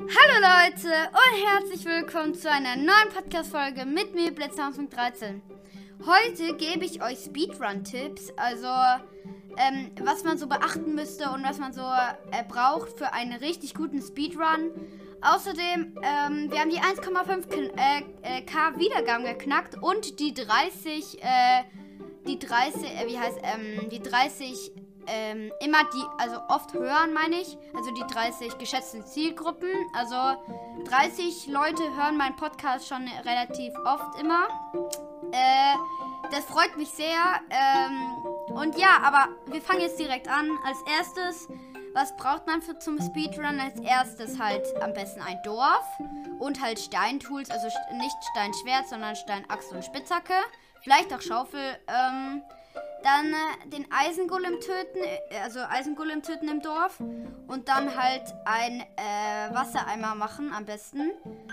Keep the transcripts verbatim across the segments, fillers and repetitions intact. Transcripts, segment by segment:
Hallo Leute und herzlich willkommen zu einer neuen Podcast-Folge mit mir, Blitzhammer dreizehn. Heute gebe ich euch Speedrun-Tipps, also ähm, was man so beachten müsste und was man so äh, braucht für einen richtig guten Speedrun. Außerdem, ähm, wir haben die eins Komma fünf K Wiedergaben geknackt und die dreißig, äh, die dreißig, äh, wie heißt, ähm, die dreißig, ähm, immer die, also oft hören, meine ich, also die dreißig geschätzten Zielgruppen, also dreißig Leute hören meinen Podcast schon relativ oft immer. Äh, das freut mich sehr, ähm, und ja, aber wir fangen jetzt direkt an. Als erstes, was braucht man für zum Speedrun? Als erstes halt am besten ein Dorf und halt Steintools, also nicht Steinschwert, sondern Steinaxt und Spitzhacke. Vielleicht auch Schaufel. Ähm, dann äh, den Eisengolem töten, also Eisengolem töten im Dorf. Und dann halt ein äh, Wassereimer machen am besten.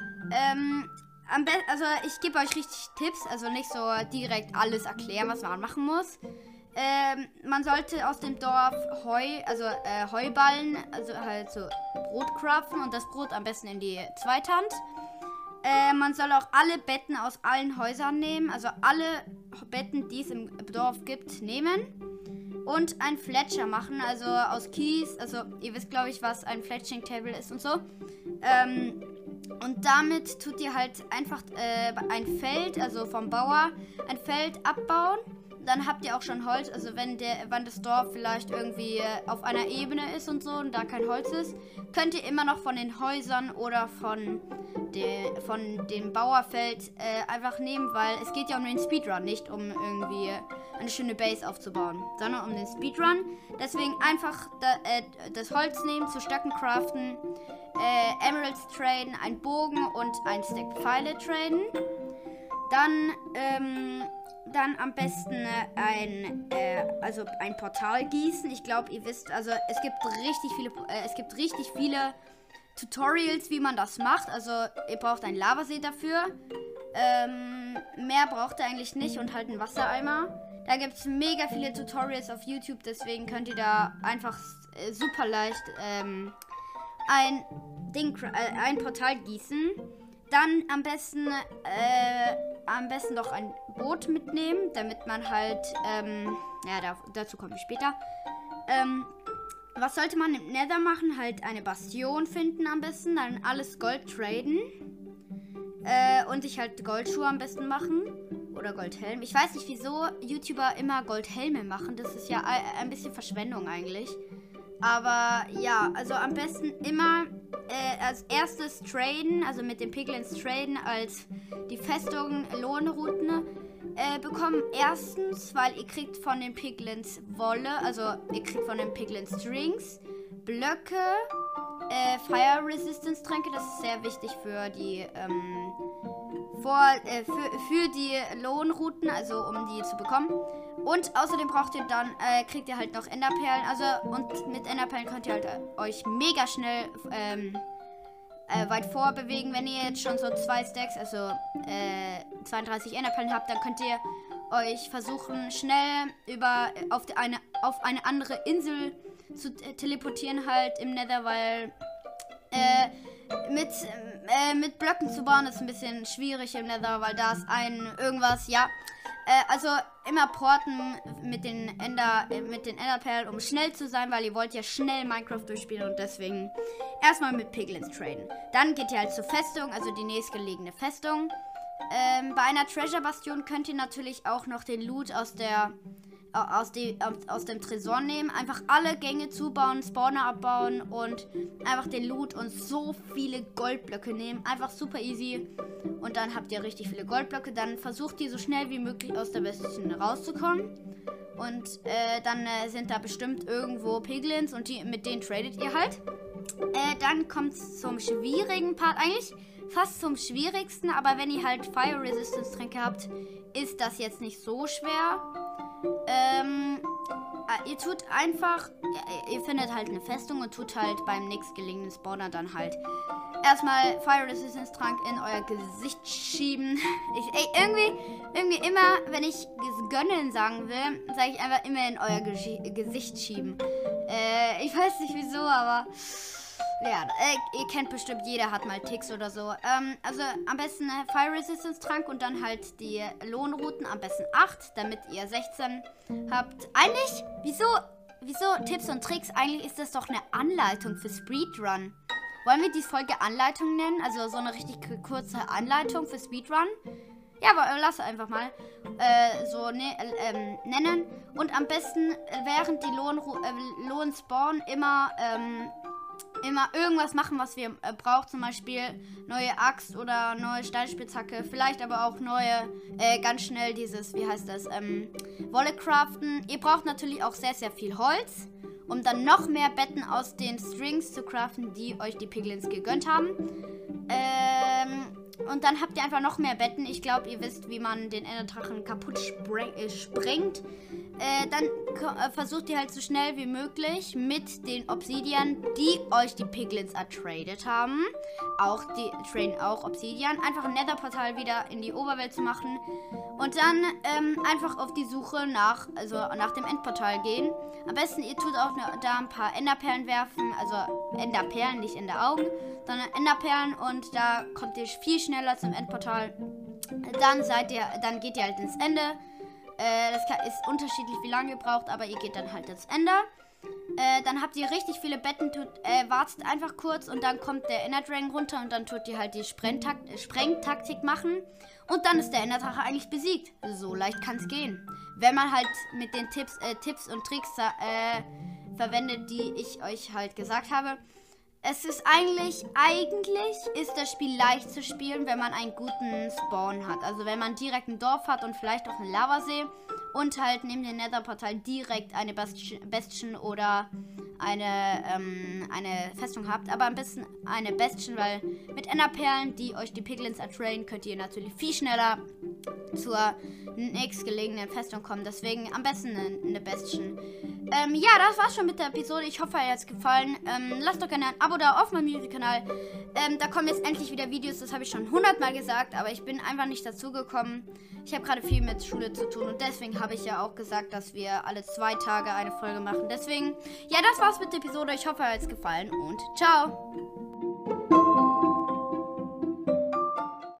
Ähm, am be also ich gebe euch richtig Tipps, also nicht so direkt alles erklären, was man machen muss. Ähm, man sollte aus dem Dorf Heu, also äh, Heuballen, also halt so Brot craften und das Brot am besten in die Zweithand. Äh, man soll auch alle Betten aus allen Häusern nehmen, also alle Betten, die es im Dorf gibt, nehmen. Und ein Fletcher machen, also aus Kies, also ihr wisst glaube ich, was ein Fletching Table ist und so. Ähm, und damit tut ihr halt einfach äh, ein Feld, also vom Bauer, ein Feld abbauen. Dann habt ihr auch schon Holz, also wenn, der, wenn das Dorf vielleicht irgendwie auf einer Ebene ist und so und da kein Holz ist, könnt ihr immer noch von den Häusern oder von, de, von dem Bauerfeld äh, einfach nehmen, weil es geht ja um den Speedrun, nicht um irgendwie eine schöne Base aufzubauen, sondern um den Speedrun. Deswegen einfach da, äh, das Holz nehmen, zu Stöcken craften, äh, Emeralds traden, einen Bogen und ein Stack Pfeile traden. Dann, ähm... Dann am besten ein, äh, also ein Portal gießen. Ich glaube, ihr wisst, also es gibt richtig viele, äh, es gibt richtig viele Tutorials, wie man das macht. Also ihr braucht einen Lavasee dafür. Ähm, mehr braucht ihr eigentlich nicht und halt einen Wassereimer. Da gibt es mega viele Tutorials auf YouTube, deswegen könnt ihr da einfach äh, super leicht ähm, ein Ding, äh, ein Portal gießen. Dann am besten, äh, am besten doch ein Boot mitnehmen, damit man halt, ähm, ja, da, dazu komme ich später. Ähm, was sollte man im Nether machen? Halt eine Bastion finden am besten, dann alles Gold traden. Äh, und sich halt Goldschuhe am besten machen. Oder Goldhelm. Ich weiß nicht, wieso YouTuber immer Goldhelme machen. Das ist ja ein bisschen Verschwendung eigentlich. Aber ja, also am besten immer äh, als erstes traden, also mit den Piglins traden, als die Festung Lohnrouten äh, bekommen. Erstens, weil ihr kriegt von den Piglins Wolle, also ihr kriegt von den Piglins Strings, Blöcke, äh, Fire Resistance Tränke, das ist sehr wichtig für die ähm, vor, äh, für, für die Lohnrouten, also um die zu bekommen. Und außerdem braucht ihr dann, äh, kriegt ihr halt noch Enderperlen. Also, und mit Enderperlen könnt ihr halt äh, euch mega schnell ähm, äh, weit vorbewegen. Wenn ihr jetzt schon so zwei Stacks, also äh, zweiunddreißig Enderperlen habt, dann könnt ihr euch versuchen, schnell über auf, die eine, auf eine andere Insel zu äh, teleportieren halt im Nether, weil äh, mit, äh, mit Blöcken zu bauen ist ein bisschen schwierig im Nether, weil da ist ein irgendwas, ja. Äh, also immer porten mit den Ender, äh, mit den Enderperlen, um schnell zu sein, weil ihr wollt ja schnell Minecraft durchspielen und deswegen erstmal mit Piglins traden. Dann geht ihr halt zur Festung, also die nächstgelegene Festung. Ähm, bei einer Treasure Bastion könnt ihr natürlich auch noch den Loot aus der aus, die, aus dem Tresor nehmen, einfach alle Gänge zubauen, Spawner abbauen und einfach den Loot und so viele Goldblöcke nehmen. Einfach super easy. Und dann habt ihr richtig viele Goldblöcke. Dann versucht ihr so schnell wie möglich aus der Bastion rauszukommen. Und äh, dann äh, sind da bestimmt irgendwo Piglins und die, mit denen tradet ihr halt. Äh, dann kommt es zum schwierigen Part. Eigentlich fast zum schwierigsten, aber wenn ihr halt Fire Resistance Tränke habt, ist das jetzt nicht so schwer. Ähm, ihr tut einfach, ihr findet halt eine Festung und tut halt beim nächstgelegenen Spawner dann halt erstmal Fire Resistance Trank in euer Gesicht schieben. Ich, ey, irgendwie, irgendwie immer, wenn ich gönnen sagen will, sage ich einfach immer in euer Ge Gesicht schieben. Äh, ich weiß nicht wieso, aber Ja, äh, ihr kennt bestimmt, jeder hat mal Ticks oder so. Ähm, also am besten äh, Fire Resistance Trank und dann halt die Lohnrouten, am besten acht, damit ihr sechzehn habt. Eigentlich, wieso, wieso Tipps und Tricks? Eigentlich ist das doch eine Anleitung für Speedrun. Wollen wir die Folge Anleitung nennen? Also so eine richtig kurze Anleitung für Speedrun? Ja, aber äh, lass einfach mal äh, so ne, äh, ähm, nennen. Und am besten, äh, während die Lohn, äh, Lohn spawnen, immer, ähm, immer irgendwas machen, was wir äh, brauchen. Zum Beispiel neue Axt oder neue Steinspitzhacke. Vielleicht aber auch neue, äh, ganz schnell dieses, wie heißt das, ähm, Wolle craften. Ihr braucht natürlich auch sehr, sehr viel Holz, um dann noch mehr Betten aus den Strings zu craften, die euch die Piglins gegönnt haben. Ähm... Und dann habt ihr einfach noch mehr Betten. Ich glaube, ihr wisst, wie man den Enderdrachen kaputt spreng äh, sprengt. Äh, dann äh, versucht ihr halt so schnell wie möglich mit den Obsidian, die euch die Piglins ertradet haben. Auch die traden auch Obsidian. Einfach ein Netherportal wieder in die Oberwelt zu machen. Und dann ähm, einfach auf die Suche nach, also nach dem Endportal gehen. Am besten, ihr tut auch ne, da ein paar Enderperlen werfen. Also Enderperlen, nicht in der Augen. Sondern Enderperlen und da kommt ihr viel schneller zum Endportal. Dann seid ihr, dann geht ihr halt ins Ende. Äh, das kann, ist unterschiedlich, wie lange ihr braucht, aber ihr geht dann halt ins Ende. Äh, dann habt ihr richtig viele Betten, tut, äh, wartet einfach kurz und dann kommt der Enderdragon runter und dann tut ihr halt die Sprengtakt, äh, Sprengtaktik machen. Und dann ist der Enderdrache eigentlich besiegt. So leicht kann es gehen. Wenn man halt mit den Tipps, äh, Tipps und Tricks äh, verwendet, die ich euch halt gesagt habe. Es ist eigentlich, eigentlich ist das Spiel leicht zu spielen, wenn man einen guten Spawn hat. Also wenn man direkt ein Dorf hat und vielleicht auch einen Lavasee und halt neben dem Netherportal direkt eine Bastion oder eine, ähm, eine Festung habt. Aber am besten eine Bastion, weil mit Enderperlen, die euch die Piglins ertraden, könnt ihr natürlich viel schneller zur nächstgelegenen Festung kommen. Deswegen am besten eine, eine Bastion. Ähm, ja, das war's schon mit der Episode. Ich hoffe, euch hat's gefallen. Ähm, lasst doch gerne ein Abo da auf meinem YouTube-Kanal. Ähm, da kommen jetzt endlich wieder Videos. Das habe ich schon hundertmal gesagt, aber ich bin einfach nicht dazu gekommen. Ich habe gerade viel mit Schule zu tun und deswegen habe ich ja auch gesagt, dass wir alle zwei Tage eine Folge machen. Deswegen, ja, das war's mit der Episode. Ich hoffe, euch hat's gefallen und ciao!